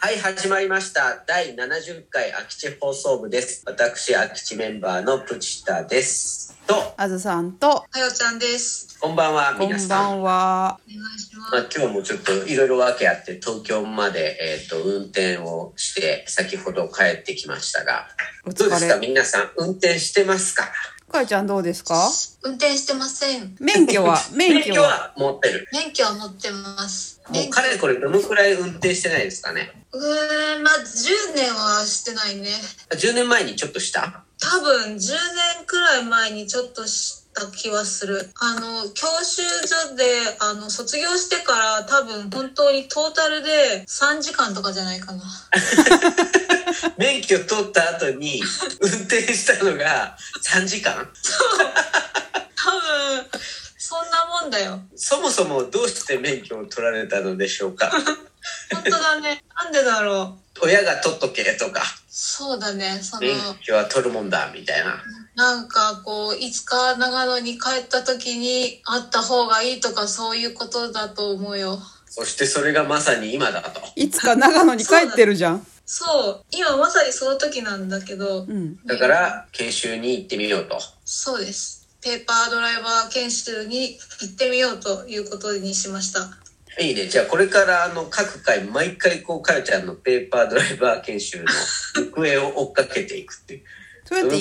はい、始まりました。第70回空き地放送部です。私、空き地メンバーのプチタです。と、 あずさんと、はよちゃんです。 こんばんは、皆さん。 こんばんは。 お願いします。 今日もちょっといろいろ訳あって、東京まで、運転をして、先ほど帰ってきましたが、どうですか、皆さん、運転してますか？ かいちゃんどうですか？ 運転してません。 免許は持ってる。 免許は持ってます。 もうかれこれどのくらい運転してないですかね？ まあ10年はしてないね。 10年前にちょっとした？ 多分10年くらい前にちょっとした気はする。教習所で卒業してから多分本当にトータルで3時間とかじゃないかな。 免許取った後に運転したのが3時間？ そう。多分そんなもんだよ。 そもそもどうして免許を取られたのでしょうか？ 本当だね。なんでだろう。親が取っとけとか。 そうだね。 免許は取るもんだみたいな。 なんかこういつか長野に帰った時にあった方がいいとかそういうことだと思うよ。 そしてそれがまさに今だと。 いつか長野に帰ってるじゃん。 そう今まさにその時なんだけど、 だから研修に行ってみようと。 そうです。ペーパードライバー研修に行ってみようということにしました。 いいね。じゃあこれから各回毎回こうかよちゃんのペーパードライバー研修の行方を追っかけていくっていう。 それって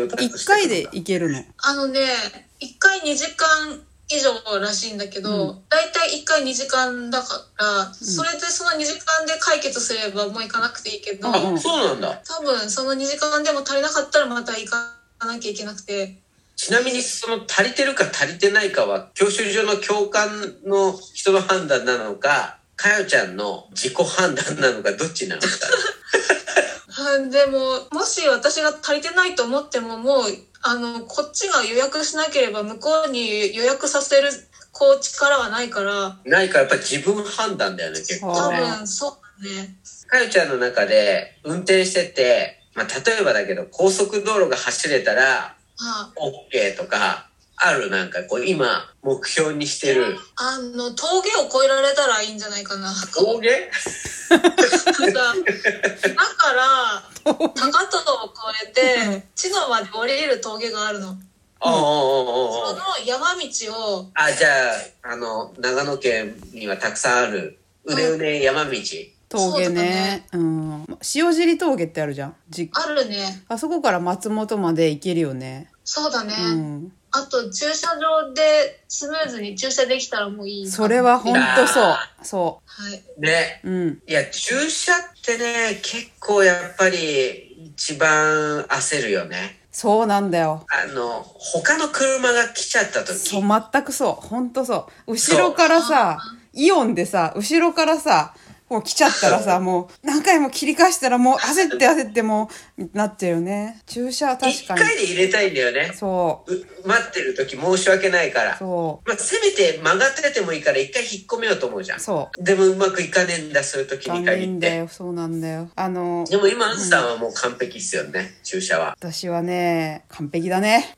1回で行けるの？ 1回2時間以上らしいんだけど、だいたい1回2時間だから、それでその2時間で解決すればもう行かなくていいけど、 そうなんだ。 多分その2時間でも足りなかったらまた行かなきゃいけなくて。 ちなみにその足りてるか足りてないかは教習所の教官の人の判断なのか、かよちゃんの自己判断なのか、どっちなのか。 でももし私が足りてないと思ってももうこっちが予約しなければ向こうに予約させる力はないから。 ないからやっぱり自分判断だよね、結構ね。 多分そうだね。 かよちゃんの中で運転してて、例えばだけど高速道路が走れたらOK とかある？なんかこう今目標にしてる峠を越えられたらいいんじゃないかな。 峠？ だから高遠を越えて千野まで降りれる峠があるの。その山道をじゃあ長野県にはたくさんあるうねうね山道、 峠ね。塩尻峠ってあるじゃん。 あるね。 あそこから松本まで行けるよね。 そうだね。あと駐車場でスムーズに駐車できたらもういい。 それは本当そう。 はい。ね。いや駐車ってね結構やっぱり一番焦るよね。 そうなんだよ。 他の車が来ちゃった時。 そう、全くそう。本当そう。後ろからさ、イオンでさ、後ろからさ、もう来ちゃったらさ、もう何回も切り返したらもう焦ってもうなっちゃうよね。駐車は確かに。 1回で入れたいんだよね。 そう。 待ってる時申し訳ないから。 そう。 せめて曲がっててもいいから一回引っ込めようと思うじゃん。 そう。 でもうまくいかねえんだ、そういう時に限って。 そうなんだよ。 でも今、あずさんはもう完璧っすよね、駐車は。 私はね、完璧だね。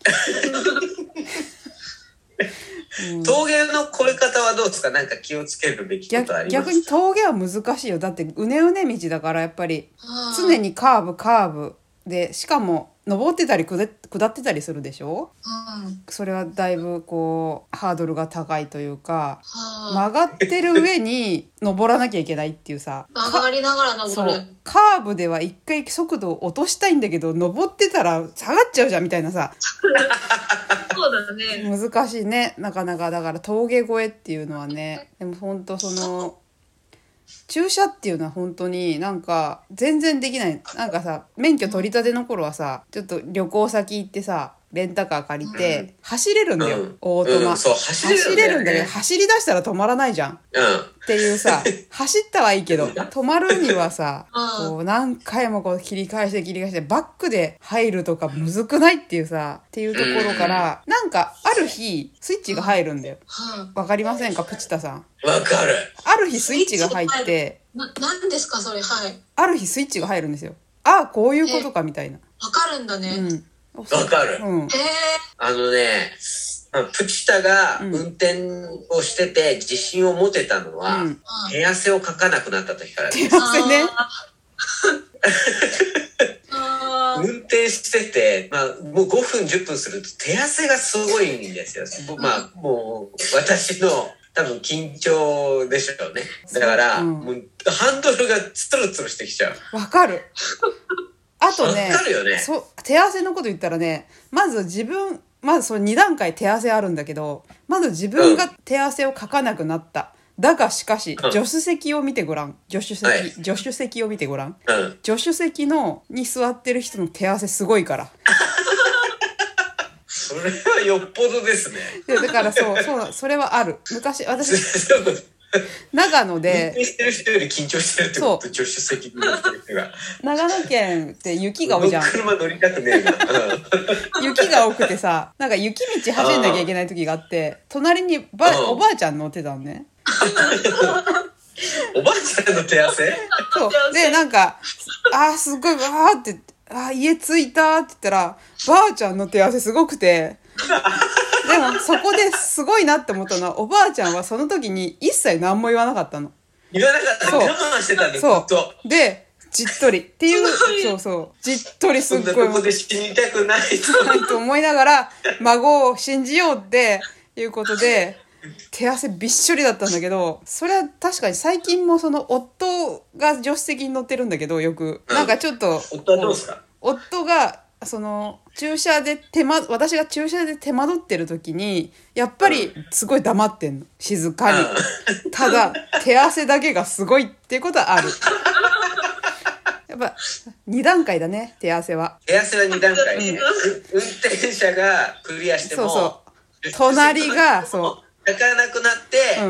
峠の越え方はどうですか？なんか気をつけるべきことあります？ 逆に峠は難しいよ。だってうねうね道だからやっぱり常にカーブで、しかも登ってたり下ってたりするでしょ？それはだいぶこうハードルが高いというか、曲がってる上に登らなきゃいけないっていうさ。 曲がりながら登る。 そう。カーブでは一回速度を落としたいんだけど、登ってたら下がっちゃうじゃんみたいなさ。 そうだね。 難しいね、なかなか。だから峠越えっていうのはね、でも本当駐車っていうのは本当になんか全然できない。なんかさ、免許取り立ての頃はさ、ちょっと旅行先行ってさ、レンタカー借りて走れるんだよ、オートマ。 そう、走れるんだけど、 走り出したら止まらないじゃん。っていうさ、走ったはいいけど止まるにはさ、こう何回もこう切り返してバックで入るとかむずくないっていうさ、っていうところからなんかある日スイッチが入るんだよ。わかりませんか、プチタさん？ わかる。 ある日スイッチが入って、 何ですかそれ？はい。 ある日スイッチが入るんですよ。ああ、こういうことかみたいな。 わかるんだね。 わかる。 プチタが運転をしてて自信を持てたのは、手汗をかかなくなった時からです。 手汗ね。 運転してて、もう5分10分すると手汗がすごいんですよ。もう私の多分緊張でしょうね。だから、もうハンドルがツルツルしてきちゃう。 わかる。あとね、 わかるよね。 手汗のこと言ったらね、まずその2段階手汗あるんだけど、まず自分が手汗をかかなくなった。だがしかし、助手席を見てごらん。助手席を見てごらん。助手席に座ってる人の手汗すごいから。 それはよっぽどですね。 だからそれはある。昔、私、長野で。 運転してる人より緊張してるってこと、助手席に乗ってる人が。 長野県って雪が多いじゃん。 車乗りたくねえな。 雪が多くてさ、なんか雪道走んなきゃいけない時があって、隣におばあちゃん乗ってたのね。 おばあちゃんの手汗？ そう。で、なんか、すごい、わーって、家着いたって言ったら、ばあちゃんの手汗すごくて、でもそこですごいなって思ったのは、おばあちゃんはその時に一切何も言わなかったの。 言わなかった。我慢してたんです。 そう。で、じっとりっていう、じっとりすっごい。 そんなとこで死にたくないと思いながら、孫を信じようっていうことで、手汗びっしょりだったんだけど、それは確かに最近もその夫が助手席に乗ってるんだけど、よく。なんかちょっと、 夫はどうですか？ 夫が、私が駐車で手間取ってる時に、やっぱりすごい黙ってんの。静かに。ただ、手汗だけがすごいっていうことはある。やっぱ、2段階だね、手汗は。 手汗は2段階ね。運転者がクリアしても、 隣が、 泣かなくなって、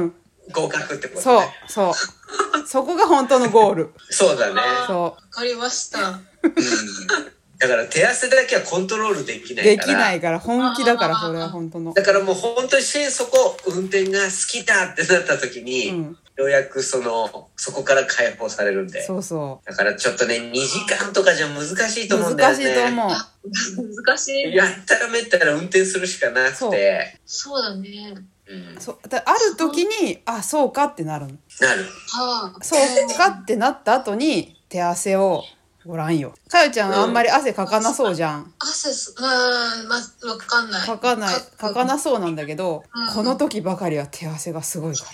合格ってことね。 そこが本当のゴール。 そうだね。 わかりました。 だから手汗だけはコントロールできないから。 できないから、本気だから、それは本当の。 だからもう本当に心底運転が好きだってなった時に、ようやくそこから解放されるんで。だからちょっとね、2時間とかじゃ難しいと思うんだよね。 難しいと思う。 難しい。 やったらめったら運転するしかなくて。 そうだね。 ある時に、そうかってなるの。 なる。 そうかってなった後に手汗をごらんよ。かよちゃんあんまり汗かかなそうじゃん。 わかんない。 かかなそうなんだけど、この時ばかりは手汗がすごいから。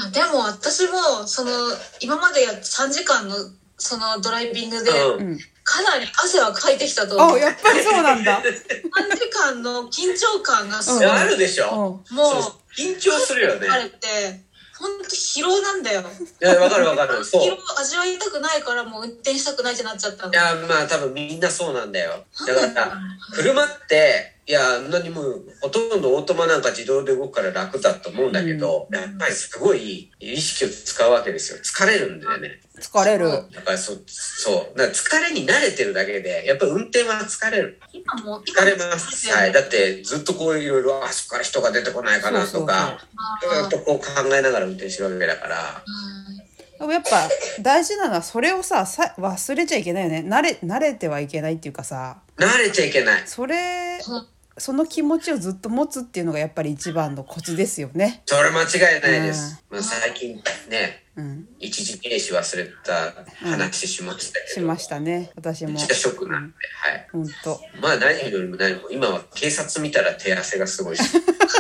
でも私も今まで3時間のドライビングで、かなり汗はかいてきたと思う。 やっぱりそうなんだ。 3時間の緊張感がすごい。 あるでしょ。もう緊張するよね。 あれって本当疲労なんだよ。 いや、わかる。 疲労味わいたくないからもう運転したくないってなっちゃったの。 いや、多分みんなそうなんだよ。だから車って何もほとんどオートマなんか自動で動くから楽だと思うんだけど、やっぱりすごい意識を使うわけですよ。疲れるんだよね。 疲れる。 だからだから疲れに慣れてるだけで、やっぱり運転は疲れる。疲れます。はい。だってずっといろいろ、そこから人が出てこないかなとか、ずっと考えながら運転してるわけだから。 でもやっぱ大事なのはそれを忘れちゃいけないよね。慣れてはいけないっていうかさ。 慣れちゃいけない。 その気持ちをずっと持つっていうのがやっぱり一番のコツですよね。 それ間違いないです。最近ね、一時停止忘れた話しましたけど。 しましたね。私も。 めっちゃショックなんで。はい。 本当。 何よりも今は警察見たら手汗がすごいし。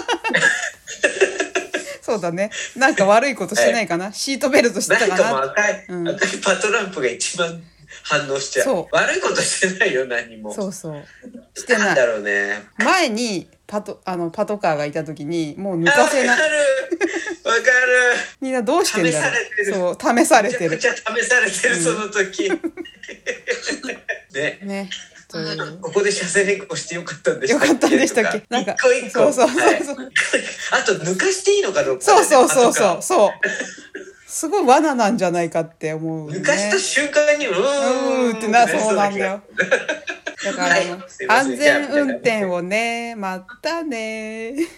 そうだね。なんか悪いことしてないかな。シートベルトしてたかな。 なんかもう赤いパトランプが一番反応しちゃう。悪いことしてないよ、何も。してない。なんだろうね。 前にパトカーがいた時にもう抜かせない。 わかる。 みんなどうしてんだろう。試されてる。 めちゃくちゃ試されてる、その時。 ね。 ここで車線変更してよかったんでしたっけ？ よかったんでしたっけ？なんか一個。あと抜かしていいのかどうか。 そう。すごい罠なんじゃないかって思う、ね。 抜かした瞬間にってそうなんだよ。だから安全運転をね、またね。